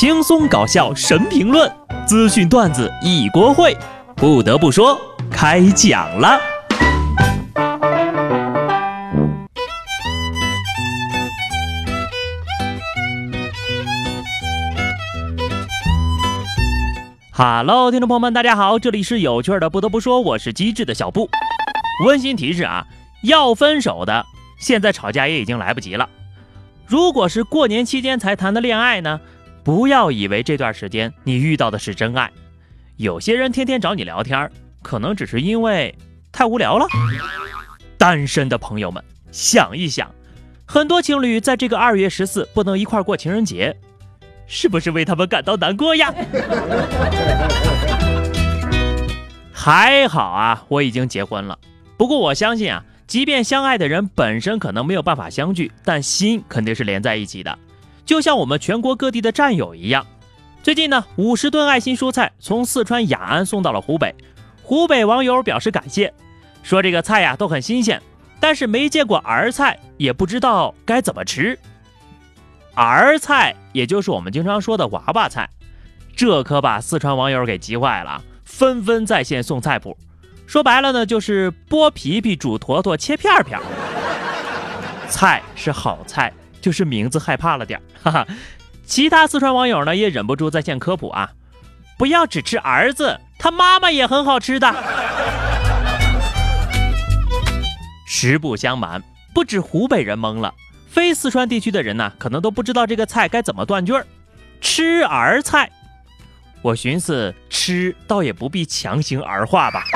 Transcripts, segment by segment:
轻松搞笑神评论，资讯段子一锅烩。不得不说，开讲了。Hello， 听众朋友们，大家好，这里是有趣的。不得不说，我是机智的小布。温馨提示啊，要分手的，现在吵架也已经来不及了。如果是过年期间才谈的恋爱呢，不要以为这段时间你遇到的是真爱。有些人天天找你聊天，可能只是因为太无聊了。单身的朋友们，想一想，很多情侣在这个2月14不能一块过情人节，是不是为他们感到难过呀？还好啊，我已经结婚了。不过我相信啊，即便相爱的人本身可能没有办法相聚，但心肯定是连在一起的，就像我们全国各地的战友一样。最近呢，50吨爱心蔬菜从四川雅安送到了湖北，湖北网友表示感谢，说这个菜呀都很新鲜，但是没见过儿菜，也不知道该怎么吃。儿菜也就是我们经常说的娃娃菜，这可把四川网友给急坏了，纷纷在线送菜谱。说白了呢，就是剥皮皮、煮坨坨、切片片。菜是好菜，就是名字害怕了点，哈哈。其他四川网友呢也忍不住在线科普啊，不要只吃儿子，他妈妈也很好吃的。实不相瞒，不止湖北人懵了，非四川地区的人呢，可能都不知道这个菜该怎么断句儿。吃儿菜，我寻思吃倒也不必强行儿化吧。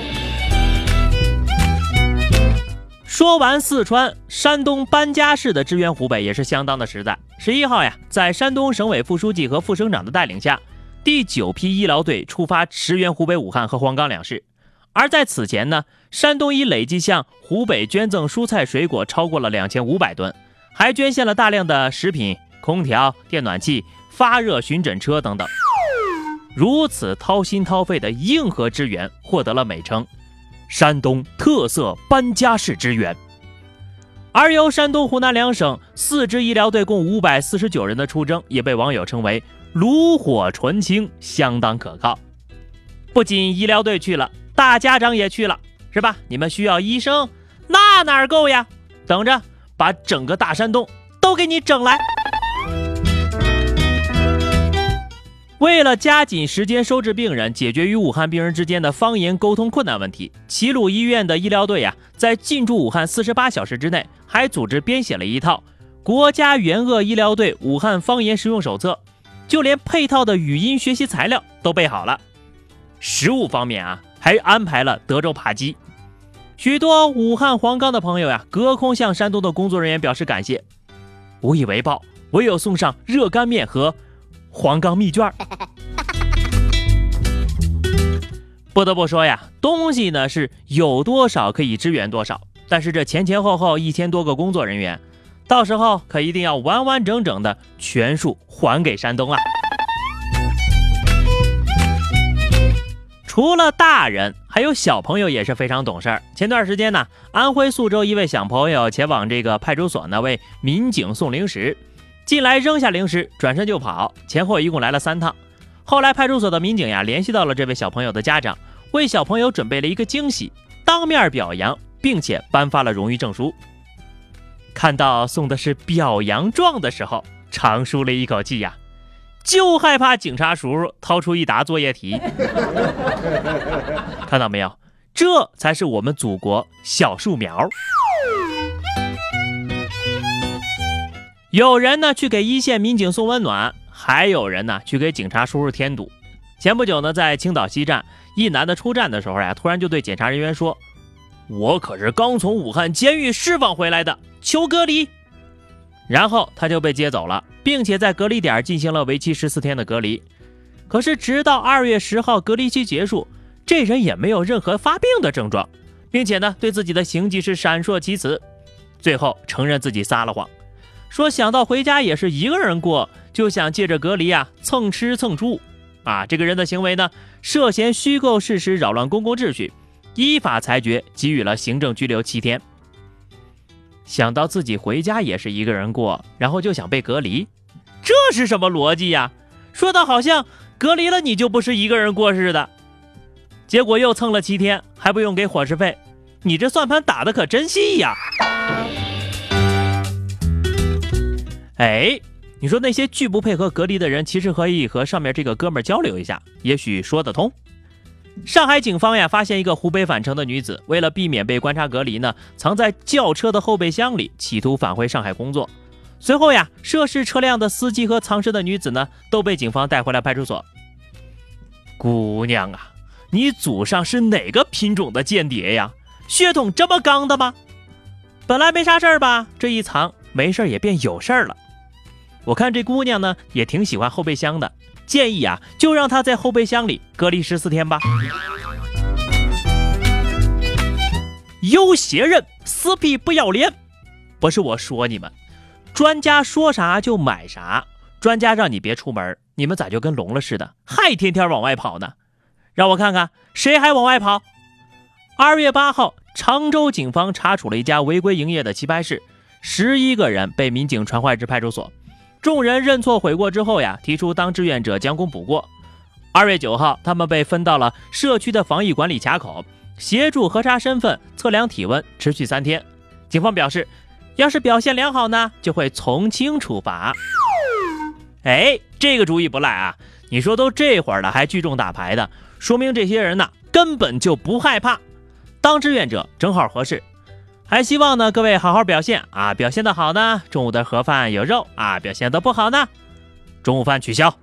说完四川，山东班家市的支援湖北也是相当的实在。11号呀，在山东省委副书记和副省长的带领下，第9批医疗队出发驰援湖北武汉和黄冈两市。而在此前呢，山东已累计向湖北捐赠蔬菜水果超过了2500吨，还捐献了大量的食品、空调、电暖器、发热巡诊车等等。如此掏心掏肺的硬核支援获得了美称山东特色班家市支援。而由山东、湖南两省4支医疗队共549人的出征，也被网友称为炉火纯青，相当可靠。不仅医疗队去了，大家长也去了，是吧？你们需要医生，那哪儿够呀？等着，把整个大山东都给你整来。为了加紧时间收治病人，解决与武汉病人之间的方言沟通困难问题，齐鲁医院的医疗队在进驻武汉48小时之内，还组织编写了一套国家援鄂医疗队武汉方言实用手册，就连配套的语音学习材料都备好了。食物方面还安排了德州扒鸡。许多武汉黄冈的朋友隔空向山东的工作人员表示感谢，无以为报，唯有送上热干面和黄冈蜜卷。不得不说东西呢是有多少可以支援多少，但是这前后1000多个工作人员，到时候可一定要完完整整的全数还给山东啊！除了大人，还有小朋友也是非常懂事儿。前段时间呢，安徽宿州一位小朋友前往这个派出所呢为民警送零食，进来扔下零食，转身就跑，前后一共来了3趟。后来派出所的民警联系到了这位小朋友的家长，为小朋友准备了一个惊喜，当面表扬，并且颁发了荣誉证书。看到送的是表扬状的时候，长舒了一口气就害怕警察叔叔掏出一沓作业题。看到没有，这才是我们祖国小树苗。有人呢去给一线民警送温暖，还有人呢去给警察叔叔添堵。前不久呢，在青岛西站，一男的出站的时候突然就对检查人员说：“我可是刚从武汉监狱释放回来的，求隔离。”然后他就被接走了，并且在隔离点进行了为期14天的隔离。可是直到2月10号隔离期结束，这人也没有任何发病的症状，并且呢对自己的行迹是闪烁其词，最后承认自己撒了谎，说想到回家也是一个人过，就想借着隔离蹭吃蹭住这个人的行为呢涉嫌虚构事实，扰乱公共秩序，依法裁决给予了行政拘留7天。想到自己回家也是一个人过，然后就想被隔离，这是什么逻辑呀？ 说的好像隔离了你就不是一个人过似的。结果又蹭了7天，还不用给伙食费，你这算盘打得可真细呀！哎，你说那些拒不配合隔离的人，其实可以和上面这个哥们儿交流一下，也许说得通。上海警方呀发现一个湖北返程的女子，为了避免被观察隔离呢，藏在轿车的后备箱里，企图返回上海工作。随后呀，涉事车辆的司机和藏尸的女子呢，都被警方带回了派出所。姑娘啊，你祖上是哪个品种的间谍呀？血统这么刚的吗？本来没啥事儿吧，这一藏，没事也变有事儿了。我看这姑娘呢，也挺喜欢后备箱的。建议啊，就让他在后备箱里隔离14天吧。有些人死皮不要脸，不是我说你们，专家说啥就买啥。专家让你别出门，你们咋就跟聋了似的，还天天往外跑呢？让我看看谁还往外跑。2月8号，常州警方查处了一家违规营业的棋牌室，11个人被民警传唤至派出所。众人认错悔过之后呀，提出当志愿者将功补过。2月9号，他们被分到了社区的防疫管理卡口，协助核查身份、测量体温，持续3天。警方表示，要是表现良好呢，就会从轻处罚。哎，这个主意不赖啊！你说都这会儿了，还聚众打牌的，说明这些人呢根本就不害怕。当志愿者正好合适。还希望呢各位好好表现啊，表现的好呢，中午的盒饭有肉啊，表现的不好呢，中午饭取消。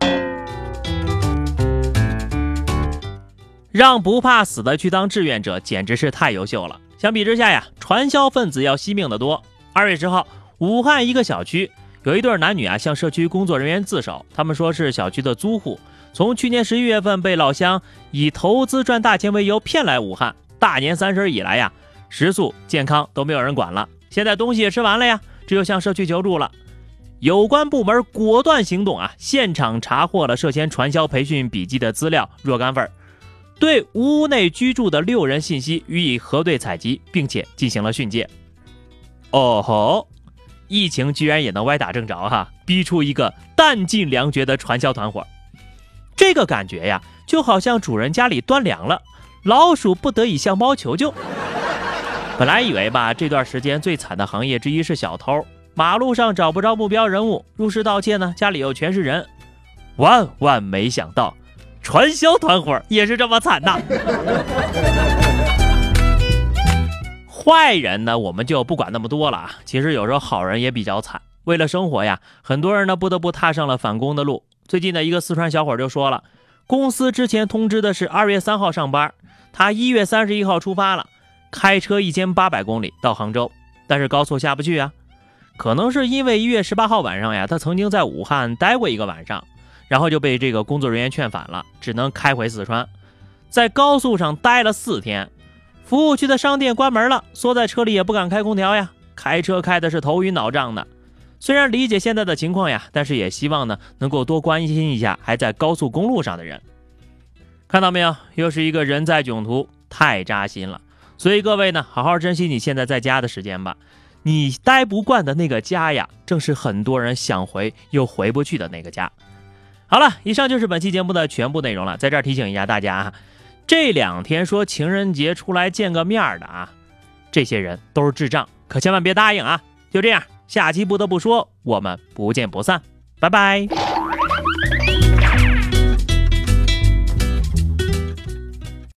让不怕死的去当志愿者简直是太优秀了。相比之下呀，传销分子要惜命的多。2月10号，武汉一个小区有一对男女啊向社区工作人员自首，他们说是小区的租户，从去年11月份被老乡以投资赚大钱为由骗来武汉，大年30以来呀，食宿健康都没有人管了，现在东西也吃完了呀，只有向社区求助了。有关部门果断行动啊，现场查获了涉嫌传销培训笔记的资料若干份，对屋内居住的6人信息予以核对采集，并且进行了训诫。哦吼，疫情居然也能歪打正着哈，逼出一个弹尽粮绝的传销团伙。这个感觉呀，就好像主人家里断粮了，老鼠不得已向猫求救。本来以为吧，这段时间最惨的行业之一是小偷，马路上找不着目标人物，入室盗窃呢，家里又全是人。万万没想到，传销团伙也是这么惨呐！坏人呢，我们就不管那么多了啊。其实有时候好人也比较惨，为了生活呀，很多人呢不得不踏上了反攻的路。最近的一个四川小伙就说了，公司之前通知的是2月3号上班，他1月31号出发了。开车1800公里到杭州，但是高速下不去啊。可能是因为1月18号晚上呀，他曾经在武汉待过一个晚上，然后就被这个工作人员劝返了，只能开回四川。在高速上待了4天，服务区的商店关门了，缩在车里也不敢开空调呀，开车开的是头晕脑胀的。虽然理解现在的情况呀，但是也希望呢能够多关心一下还在高速公路上的人。看到没有，又是一个人在囧途，太扎心了。所以各位呢，好好珍惜你现在在家的时间吧。你待不惯的那个家呀，正是很多人想回又回不去的那个家。好了，以上就是本期节目的全部内容了。在这儿提醒一下大家啊，这2天说情人节出来见个面的啊，这些人都是智障，可千万别答应啊。就这样，下期不得不说，我们不见不散，拜拜。